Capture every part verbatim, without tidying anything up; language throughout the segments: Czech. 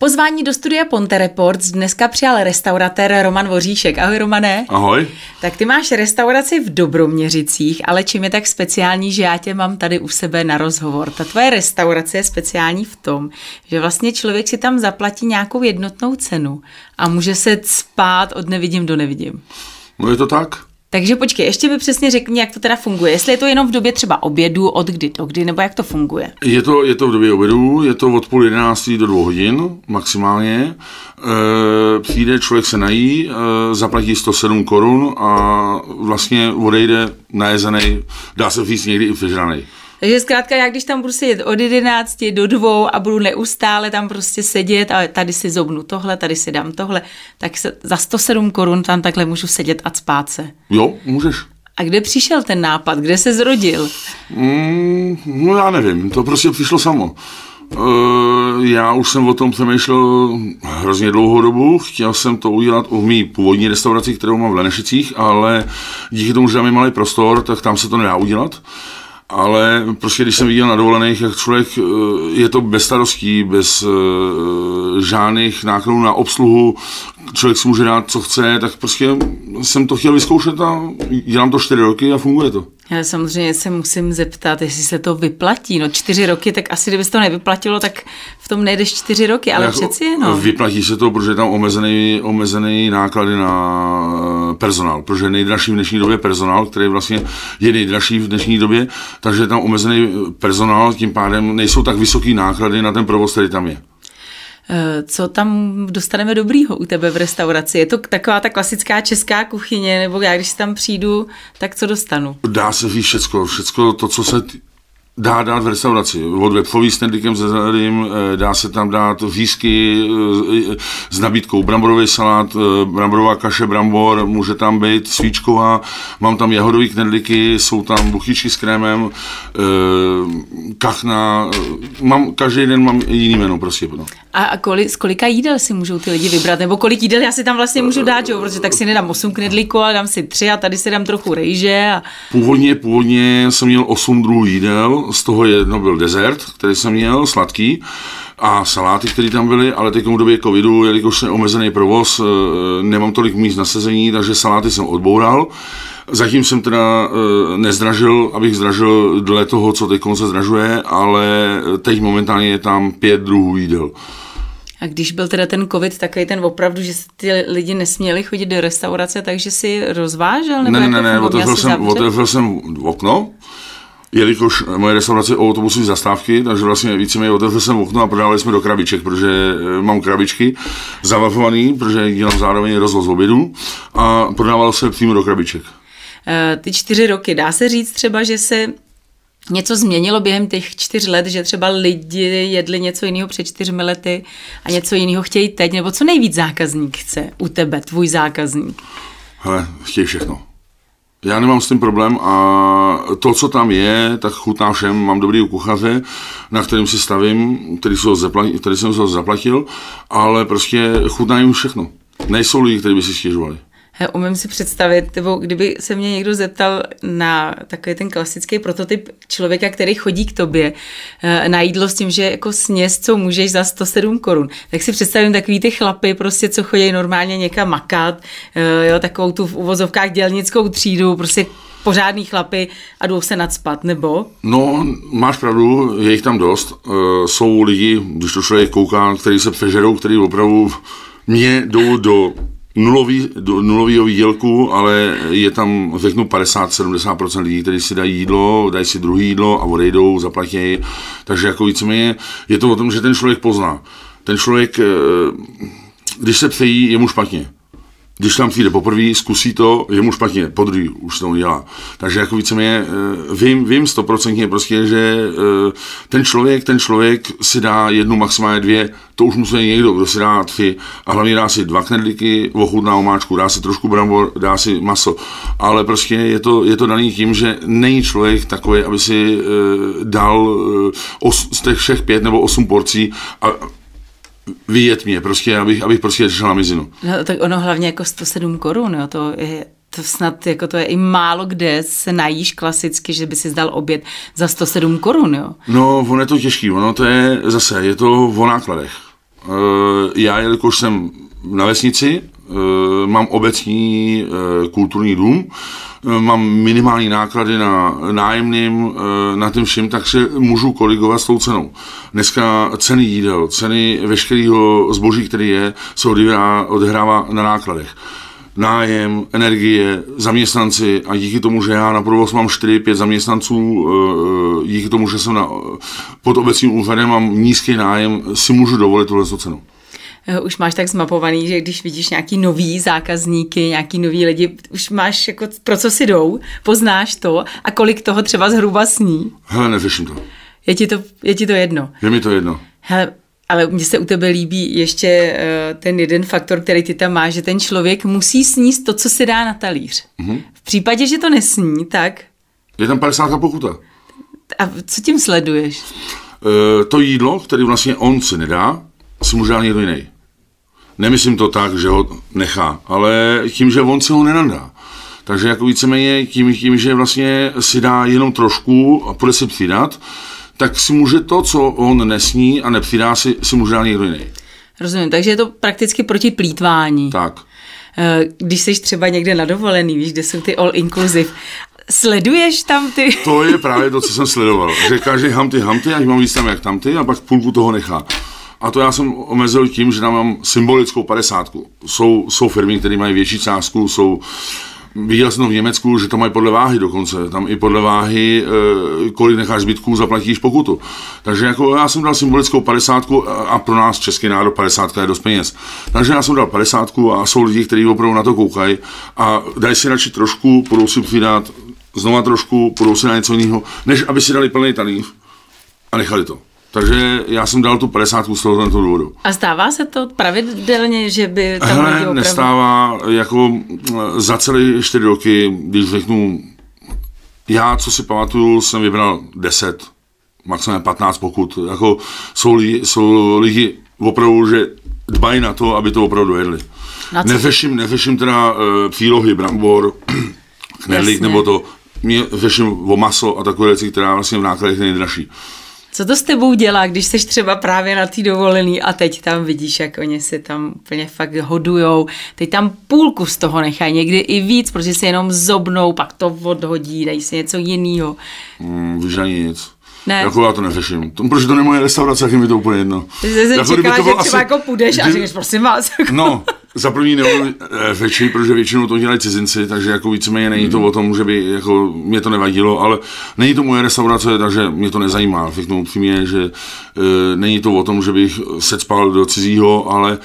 pozvání do studia Ponte Reports dneska přijal restauratér Roman Voříšek. Ahoj, Romane. Ahoj. Tak ty máš restauraci v Dobroměřicích, ale čím je tak speciální, že já tě mám tady u sebe na rozhovor? Ta tvoje restaurace je speciální v tom, že vlastně člověk si tam zaplatí nějakou jednotnou cenu a může se spát od nevidím do nevidím. No je to tak. Takže počkej, ještě mi přesně řekni, jak to teda funguje. Jestli je to jenom v době třeba obědu, od kdy do kdy, nebo jak to funguje? Je to, je to v době obědu, je to od půl jedenáctý do dvou hodin maximálně. E, přijde, člověk se nají, e, zaplatí sto sedm korun a vlastně odejde najezenej, dá se říct někdy i přežranej. Takže zkrátka já, když tam budu sedět od jedenácti do dvou a budu neustále tam prostě sedět a tady si zobnu tohle, tady si dám tohle, tak se, za sto sedm korun tam takhle můžu sedět a spát se. Jo, můžeš. A kde přišel ten nápad? Kde se zrodil? Mm, no já nevím, to prostě přišlo samo. E, já už jsem o tom přemýšlel hrozně dlouhou dobu, chtěl jsem to udělat u mý původní restauraci, kterou mám v Lenešicích, ale díky tomu, že tam je malý prostor, tak tam se to nedá udělat. Ale prostě když jsem viděl na dovolených, jak člověk, je to bez starostí, bez uh, žádných nákladů na obsluhu, člověk si může dát, co chce, tak prostě jsem to chtěl vyzkoušet a dělám to čtyři roky a funguje to. Já samozřejmě se musím zeptat, jestli se to vyplatí. No čtyři roky, tak asi kdyby se to nevyplatilo, tak v tom nejdeš čtyři roky, ale jako přeci jenom. Vyplatí se to, protože je tam omezený, omezený náklady na personál, protože nejdražší v dnešní době personál, který vlastně je nejdražší v dnešní době, takže je tam omezený personál, tím pádem nejsou tak vysoký náklady na ten provoz, který tam je. Co tam dostaneme dobrýho u tebe v restauraci? Je to taková ta klasická česká kuchyně, nebo já když tam přijdu, tak co dostanu? Dá se říct všecko, všecko to, co se t- dá dát v restauraci. Od webfový s knedlíkem se zeleným, dá se tam dát výzky s nabídkou bramborový salát, bramborová kaše brambor, může tam být svíčková, mám tam jahodový knedlíky, jsou tam buchtičky s krémem, kachna, mám, každý den mám jiný menu prostě. No. A, a kolik, z kolika jídel si můžou ty lidi vybrat? Nebo kolik jídel já si tam vlastně můžu dát, jo? Protože tak si nedám osm knedlíků, ale dám si tři a tady si dám trochu rejže. A... Původně, původně jsem měl osm druhů jídel, z toho jedno byl dezert, který jsem měl, sladký, a saláty, které tam byly, ale teď v době covidu, jelikož je omezený provoz, nemám tolik míst na sezení, takže saláty jsem odboural. Zatím jsem teda e, nezdražil, abych zdražil dle toho, co teď se zdražuje, ale teď momentálně je tam pět druhů jídel. A když byl teda ten covid takový ten opravdu, že ty lidi nesměli chodit do restaurace, takže si rozvážel? Nebo ne, ne, ne, otevřel jsem, otevřel jsem okno, jelikož moje restaurace je o autobusové zastávky, takže vlastně víceméně otevřel jsem okno a prodávali jsme do krabiček, protože mám krabičky zavafovaný, protože dělám zároveň rozvoz obědu a prodávalo se přímo do krabiček. Ty čtyři roky, dá se říct třeba, že se něco změnilo během těch čtyř let, že třeba lidi jedli něco jiného před čtyřmi lety a něco jiného chtějí teď, nebo co nejvíc zákazník chce u tebe, tvůj zákazník? Hele, chtějí všechno. Já nemám s tím problém a to, co tam je, tak chutná všem. Mám dobrý kuchaře, na kterým si stavím, který, zaplatil, který jsem se zaplatil, ale prostě chutná jim všechno. Nejsou lidi, kteří by si stěžovali. Umím si představit, nebo kdyby se mě někdo zeptal na takový ten klasický prototyp člověka, který chodí k tobě na jídlo s tím, že jako sněz, co můžeš za sto sedm korun, tak si představím takový ty chlapy, prostě, co chodí normálně někam makat, jo, takovou tu v uvozovkách dělnickou třídu, prostě pořádný chlapy a jdou se nacpat, nebo? No, máš pravdu, je jich tam dost. E, jsou lidi, když to člověk kouká, který se přežerou, který opravdu mě jdou do nulový, do nulového výdělku, ale je tam, řeknu, padesát až sedmdesát procent lidí, kteří si dají jídlo, dají si druhé jídlo a odejdou, zaplatí. Takže jako víceméně je to o tom, že ten člověk pozná. Ten člověk, když se přejí, je mu špatně. Když tam přijde poprvé, zkusí to, je mu špatně, podruhý už to udělá. Takže jako víceméně vím, vím stoprocentně prostě, že ten člověk, ten člověk si dá jednu, maximálně dvě, to už musí někdo, kdo si dá tři a hlavně dá si dva knedlíky, ochutná omáčku, dá si trošku brambor, dá si maso. Ale prostě je to, je to daný tím, že není člověk takový, aby si dal os, z těch všech pět nebo osm porcí a vyjet mě, prostě, abych, abych prostě šel na mizinu. No, tak ono hlavně jako sto sedm korun, jo, to je, to snad, jako to je i málo kde se najíš klasicky, že by si zdal oběd za sto sedm korun, jo. No, ono je to těžký, ono to je zase, je to o nákladech. Já, jelikož jsem na vesnici, mám obecní kulturní dům, mám minimální náklady na nájemným, na tím všem, takže můžu korigovat s tou cenou. Dneska ceny jídel, ceny veškerého zboží, který je, se odehrává na nákladech. Nájem, energie, zaměstnanci a díky tomu, že já na provoz mám čtyři pět zaměstnanců, díky tomu, že jsem na, pod obecním úřadem mám nízký nájem, si můžu dovolit tuhle cenu. Už máš tak zmapovaný, že když vidíš nějaký nový zákazníky, nějaký nový lidi, už máš jako pro co si jdou, poznáš to a kolik toho třeba zhruba sní? Hele, neřeším to. Je ti to, je ti to jedno? Je mi to jedno. Hele, ale mně se u tebe líbí ještě uh, ten jeden faktor, který ty tam máš, že ten člověk musí sníst to, co se dá na talíř. Mm-hmm. V případě, že to nesní, tak... Je tam padesát pokuta. A co tím sleduješ? E, to jídlo, které vlastně on si nedá, si může dát někdo jiný. Nemyslím to tak, že ho nechá, ale tím, že on si ho nenadá. Takže jako víceméně tím, tím, že vlastně si dá jenom trošku a půjde si přidat, tak si může to, co on nesní a nepřidá si, si může dát někdo jiný. Rozumím, takže je to prakticky proti plýtvání. Tak. Když jsi třeba někde na dovolený, víš, kde jsou ty all inclusive, sleduješ tam ty? To je právě to, co jsem sledoval. Že každý hamty, hamty, ať mám víc tam jak tamty a pak půlku toho nechá. A to já jsem omezil tím, že tam mám symbolickou padesátku. Jsou, jsou firmy, které mají větší částku, jsou... Viděl jsem to v Německu, že to mají podle váhy dokonce. Tam i podle váhy, kolik necháš zbytků, zaplatíš pokutu. Takže jako já jsem dal symbolickou padesátku a pro nás český národ padesátka je dost peněz. Takže já jsem dal padesátku a jsou lidi, kteří opravdu na to koukají a dají si radši trošku, budou si přidat znova trošku, budou si na něco jiného, než aby si dali plný talíř a nechali to. Takže já jsem dal tu padesátku z toho tento důvodu. A stává se to pravidelně, že by tam Hele, lidi opravdu... nestává, jako za celé čtyři roky, když řeknu, já, co si pamatuju, jsem vybral deset, maximálně patnáct pokud. Jako jsou, lidi, jsou lidi opravdu, že dbají na to, aby to opravdu dojedli. Neřeším, neřeším teda uh, přílohy, brambor, knedlík nebo to, mě řeším o maso a takové věci, která vlastně v nákladech nejdražší. Co to s tebou dělá, když jsi třeba právě na té dovolený a teď tam vidíš, jak oni si tam úplně fakt hodujou, teď tam půlku z toho nechají, někdy i víc, protože si jenom zobnou, pak to odhodí, dají si něco jiného. Mm, víš ani nic. Ne. Jako já to neřeším. To, protože to není moje restaurace, jak je mi to úplně jedno. Ty jsi jako, čekala, že třeba asi... jako půjdeš a řekneš, prosím vás. No, za první nebudu větší, protože většinou to dělají cizinci, takže jako víceméně není to o tom, že by jako mě to nevadilo, ale není to moje restaurace, takže mě to nezajímá. Řeknu upřímně, že e, není to o tom, že bych se cpal do cizího, ale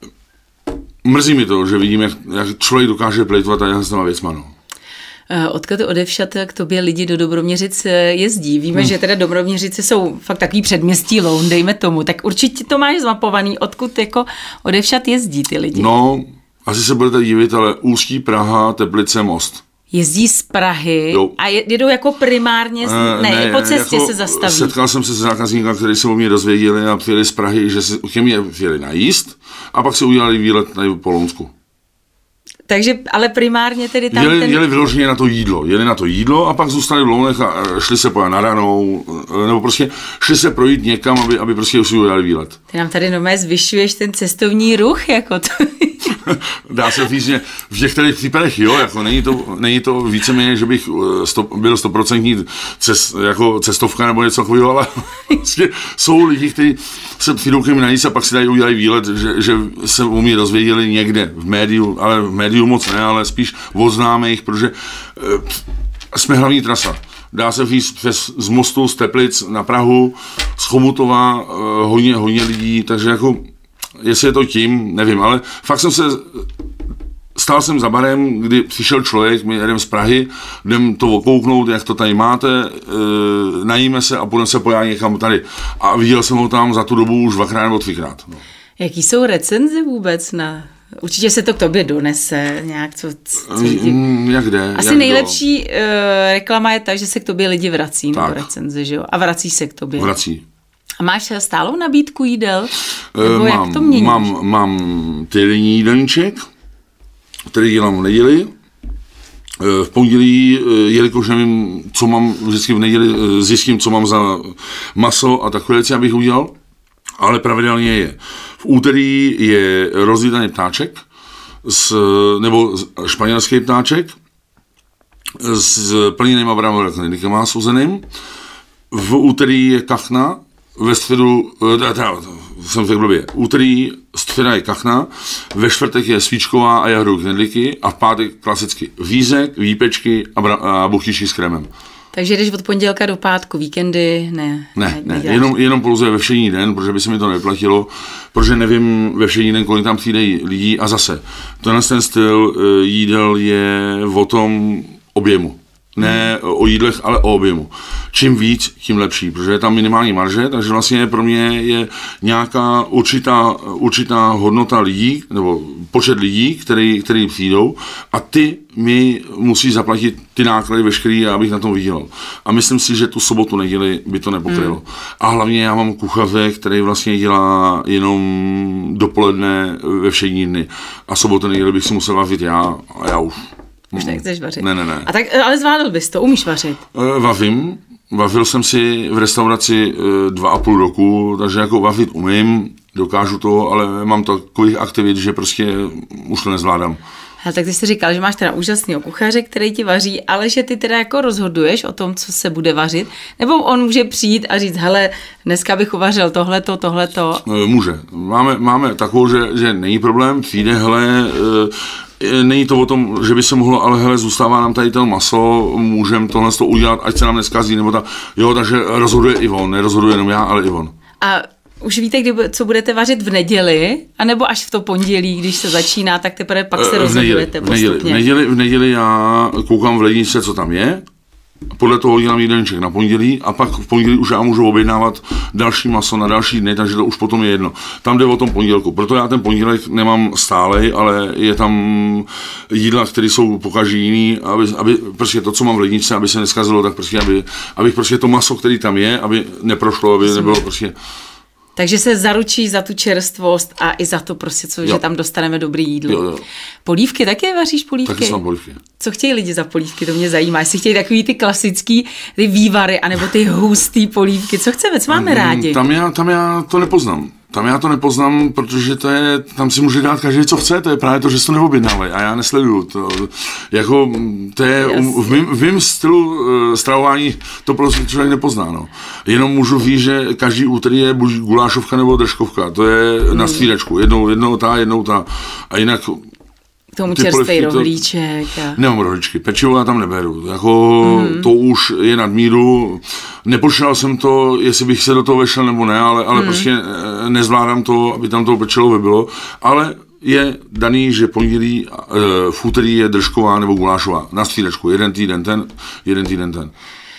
mrzí mi to, že vidím, jak, jak člověk dokáže plejtvat a já s těma věcma, no. Odkud odevšat k tobě lidi do Dobroměřic jezdí? Víme, hmm. že teda Dobroměřice jsou fakt takový předměstí Loun, dejme tomu. Tak určitě to máš zmapovaný, odkud jako odevšat jezdí ty lidi? No, asi se budete divit, ale Ústí, Praha, Teplice, Most. Jezdí z Prahy jo. A jedou jako primárně, z... ne, ne, po cestě jako se zastaví. Setkal jsem se s zákazníky, kteří se o mě dozvěděli a přijeli z Prahy, že se ke mně přijeli najíst a pak si udělali výlet na Polonsku. Takže, ale primárně tedy tam jeli, ten... Jeli vyloženě na to jídlo, jeli na to jídlo a pak zůstali v Lounech a šli se pojít na ranou, nebo prostě šli se projít někam, aby, aby prostě si udělali výlet. Ty nám tady normálně zvyšuješ ten cestovní ruch, jako to... Dá se říct, že v některých případech jo, jako není to, není to víceméně, že bych sto, byl stoprocentní cest, jako cestovka nebo něco takového, ale vlastně jsou lidi, kteří se přijdou k nimi najíst a pak si dají udělají výlet, že, že se o mě dozvěděli někde v médiu, ale v médiu moc ne, ale spíš od známých, protože e, jsme hlavní trasa. Dá se říct přes z Mostu, z Teplic na Prahu, z Chomutova, e, hodně, hodně lidí, takže jako jestli je to tím, nevím, ale fakt jsem se, stál jsem za barem, kdy přišel člověk, my jedeme z Prahy, jdem to okouknout, jak to tady máte, e, najíme se a půjdeme se poját někam tady. A viděl jsem ho tam za tu dobu už dvakrát nebo třikrát. No. Jaký jsou recenze vůbec na... Určitě se to k tobě donese nějak, co... co mm, jak jde? Asi jak nejlepší uh, reklama je ta, že se k tobě lidi vrací, nebo recenze, že jo? A vrací se k tobě. Vrací. A máš stálou nabídku jídel? Nebo e, jak mám, to měníš? Mám, mám týdenní jídelníček, který dělám v neděli. V pondělí, jelikož nevím, co mám, vždycky v neděli zjistím, co mám za maso a takové věci, abych udělal. ale pravidelně je. V úterý je rozlítaný ptáček, s, nebo španělský ptáček s plněnýma bramborovými knedlíkama souzeným. V úterý je kachna, ve středu, teda, jsem řekl blbě, úterý, středa je kachna, ve čtvrtek je svíčková a jahodové knedlíky a v pátek klasicky vízek, výpečky a, bra- a buchtičky s krémem. Takže jdeš od pondělka do pátku, víkendy ne? Ne, ne, ne jenom, jenom pouze ve všední den, protože by se mi to neplatilo, protože nevím ve všední den, kolik tam přijde lidí a zase. Tenhle ten styl jídel je o tom objemu. Ne o jídlech, ale o objemu. Čím víc, tím lepší, protože je tam minimální marže, takže vlastně pro mě je nějaká určitá, určitá hodnota lidí, nebo počet lidí, který, který přijdou a ty mi musí zaplatit ty náklady veškerý, abych na tom vydělal. A myslím si, že tu sobotu, neděli by to nepokrylo. Hmm. A hlavně já mám kuchaře, který vlastně dělá jenom dopoledne ve všední dny. A sobotu, neděli bych si musel vařit já a já už. Už nechceš vařit. Ne, ne, ne. A tak, ale zvládl bys to, umíš vařit? Vavím. Vavil jsem si v restauraci dva a půl roku, takže jako vařit umím, dokážu to, ale mám takových aktivit, že prostě už to nezvládám. Ale tak ty jsi říkal, že máš teda úžasného kuchaře, který ti vaří, ale že ty teda jako rozhoduješ o tom, co se bude vařit, nebo on může přijít a říct, hele, dneska bych uvařil tohleto, tohleto. Může. Máme, máme takovou, že, že není problém, přijde, hele, není to o tom, že by se mohlo, ale hele, zůstává nám tady to maso, můžeme tohle to udělat, ať se nám neskazí, nebo ta, jo, takže rozhoduje i on, nerozhoduje jenom já, ale i on. A už víte, kdy, co budete vařit v neděli, anebo až v to pondělí, když se začíná, tak teprve pak se rozhodujete postupně? V neděli, v neděli, v neděli já koukám v ledničce, co tam je, podle toho dělám jídelníček na pondělí a pak v pondělí už já můžu objednávat další maso na další dny, takže to už potom je jedno. Tam jde o tom pondělku, proto já ten pondělek nemám stálej, ale je tam jídla, které jsou pokaždé jiný, aby, aby prostě to, co mám v ledničce, aby se neskazilo, tak prostě, aby, abych prostě to maso, který tam je, aby neprošlo, aby nebylo prostě... Takže se zaručí za tu čerstvost a i za to prostě, co, že tam dostaneme dobrý jídlo. Jo, jo. Polívky, taky vaříš polívky? Taky jsem polívky. Co chtějí lidi za polívky, to mě zajímá. Jestli chtějí takový ty klasický, ty vývary, anebo ty hustý polívky. Co chceme, co máme rádi? Tam já, tam já to nepoznám. Tam já to nepoznám, protože to je, tam si může dát každý, co chce, to je právě to, že se to neobjednávají a já nesleduju. To, jako, to je, v mým, v mým stylu uh, stravování to prostě člověk nepozná. No. Jenom můžu říct, že každý úterý je buď gulášovka nebo držkovka, to je hmm. na střídačku, jednou, jednou ta, jednou ta a jinak... K tomu čerstvý rohlíček. A... Nemám rohlíčky, pečivo já tam neberu. Jako mm. to už je nadmíru. Nepočítal jsem to, jestli bych se do toho vešel nebo ne, ale, ale mm. prostě nezvládám to, aby tam toho pečivo bylo. Ale je daný, že pondělí, v úterý je držková nebo gulášová. Na střídačku. Jeden týden ten, jeden týden ten.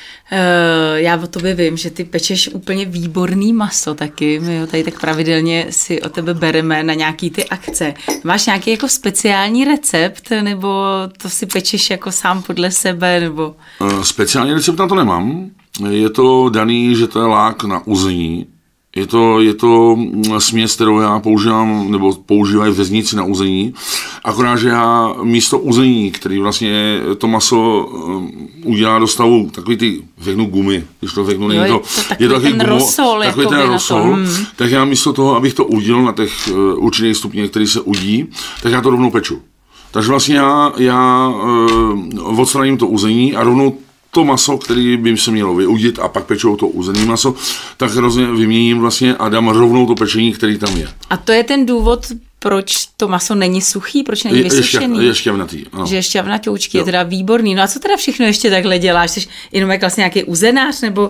Uh, já o tobě vím, že ty pečeš úplně výborný maso taky, my ho tady tak pravidelně si o tebe bereme na nějaký ty akce. Máš nějaký jako speciální recept, nebo to si pečeš jako sám podle sebe, nebo? Uh, speciální recept na to nemám, je to daný, že to je lák na uzení. Je to, je to směs, kterou já používám, nebo používají vězníci na uzení, akorát, že já místo uzení, který vlastně to maso udělá do stavu takový ty, řeknu gumy, když to řeknu, není to, to je to takový ten rosol, takový ten rosol, hmm. tak já místo toho, abych to udělal na těch určitých stupních, který se udí, tak já to rovnou peču. Takže vlastně já, já uh, odstraním to uzení a rovnou to maso, který by se mělo vyudit a pak pečou to uzený maso, tak hrozně vyměním vlastně a dám rovnou to pečení, který tam je. A to je ten důvod, proč to maso není suchý, proč není vysušený? Je šťavnatý. Ano. Že je šťavnatoučký, je teda výborný. No a co teda všechno ještě takhle děláš? Jsi jenom jak vlastně nějaký uzenář, nebo...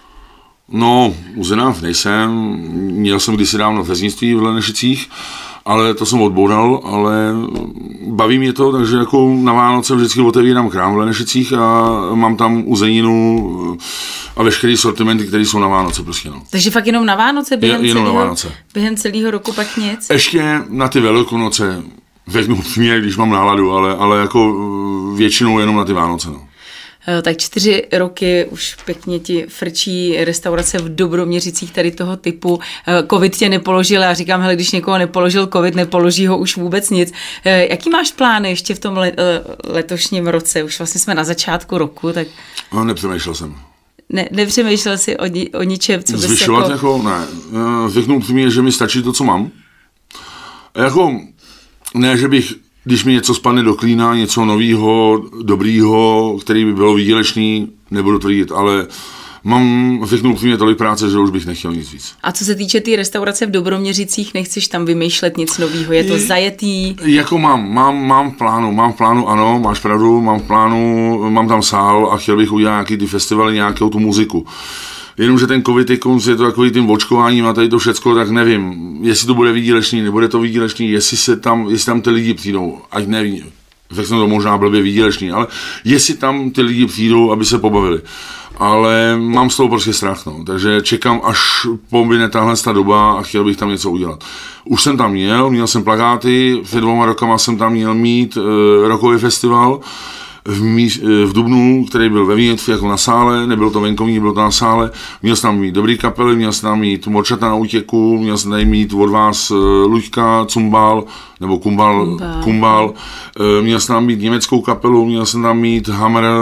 No, uzenář nejsem. Měl jsem kdysi dávno v věznictví v Lenešicích, ale to jsem odboural, ale baví mě to, takže jako na Vánoce vždycky otevírám krám v Lenešicích a mám tam uzeninu a veškerý sortimenty, které jsou na Vánoce prostě, no. Takže fakt jenom na Vánoce? Během, je, jenom celého, na Vánoce. Během celého roku pak nic? Ještě na ty Velikonoce vezmu mě, když mám náladu, ale, ale jako většinou jenom na ty Vánoce, no. Tak čtyři roky už pěkně ti frčí restaurace v Dobroměřicích tady toho typu. Covid tě nepoložil, já říkám, hele, když někoho nepoložil covid, nepoloží ho už vůbec nic. Jaký máš plány ještě v tom letošním roce? Už vlastně jsme na začátku roku, tak... No, nepřemýšlel jsem. ne, nepřemýšlel jsi o, ni, o ničem, co bys zvyšovat jako... jako ne. Řeknu mi, že mi stačí to, co mám. Jako, ne, že bych, když mi něco spadne do klína, něco novýho, dobrýho, který by bylo výdělečný, nebudu tvrdit, ale mám, řeknu upřímně, tolik práce, že už bych nechtěl nic víc. A co se týče té tý restaurace v Dobroměřicích, nechceš tam vymýšlet nic novýho? Je to je, zajetý? Jako mám, mám, mám v plánu, mám v plánu, ano, máš pravdu, mám v plánu, mám tam sál a chtěl bych udělat nějaký ty festivaly, nějakou tu muziku. Jenomže ten covid je to takový tím očkováním a tady to všecko, tak nevím, jestli to bude výdělečný, nebude to výdělečný, jestli se tam, jestli tam ty lidi přijdou, ať nevím. Řeknu to možná blbě výdělečný, ale jestli tam ty lidi přijdou, aby se pobavili. Ale mám z toho prostě strach, no. Takže čekám, až pomine tahle ta doba a chtěl bych tam něco udělat. Už jsem tam měl, měl jsem plakáty, před dvěma rokama jsem tam měl mít e, rokový festival v, míst, e, v Dubnu, který byl ve Vínectví jako na sále, nebylo to venkovní, bylo to na sále. Měl jsem tam mít dobrý kapely, měl jsem tam mít Morčata na útěku, měl jsem tam mít od vás e, Luďka, Cumbal, nebo Kumbal, Kumbal. Kumbal. E, měl jsem tam mít německou kapelu, měl jsem tam mít Hammer, e,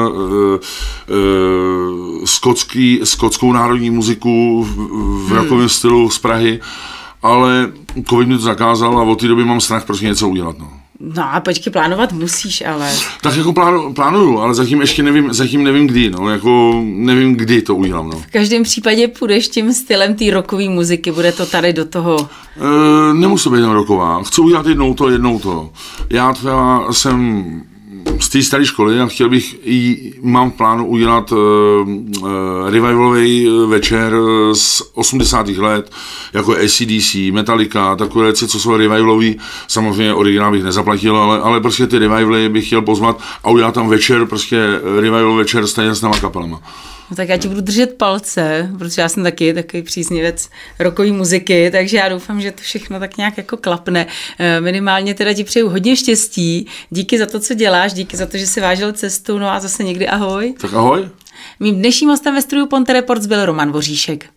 e, skotský, skotskou národní muziku v, v hmm. rockovém stylu z Prahy, ale covid mi to zakázal a od té doby mám strach prostě něco udělat. No. No a počkej, plánovat musíš, ale... Tak jako plánu, plánuju, ale zatím ještě nevím, zatím nevím kdy, no, jako nevím kdy to udělám, no. V každém případě půjdeš tím stylem té rockové muziky, bude to tady do toho... E, nemusí být jen rocková, chci udělat jednou to, jednou to. Já třeba jsem z té staré školy a chtěl bych, jí, mám v plánu udělat uh, uh, revivalový večer z osmdesátých let, jako A C D C, Metallica, takové věci, co jsou revivalový, samozřejmě originál bych nezaplatil, ale, ale prostě ty revivaly bych chtěl pozvat a udělat tam večer, prostě revivalový večer s těma kapelama. No tak já ti budu držet palce, protože já jsem taky takový příznivec rockové muziky, takže já doufám, že to všechno tak nějak jako klapne. Minimálně teda ti přeju hodně štěstí, díky za to, co děláš, díky za to, že jsi vážil cestu, no a zase někdy ahoj. Tak ahoj. Mým dnešním hostem ve studiu Ponte Reports byl Roman Voříšek.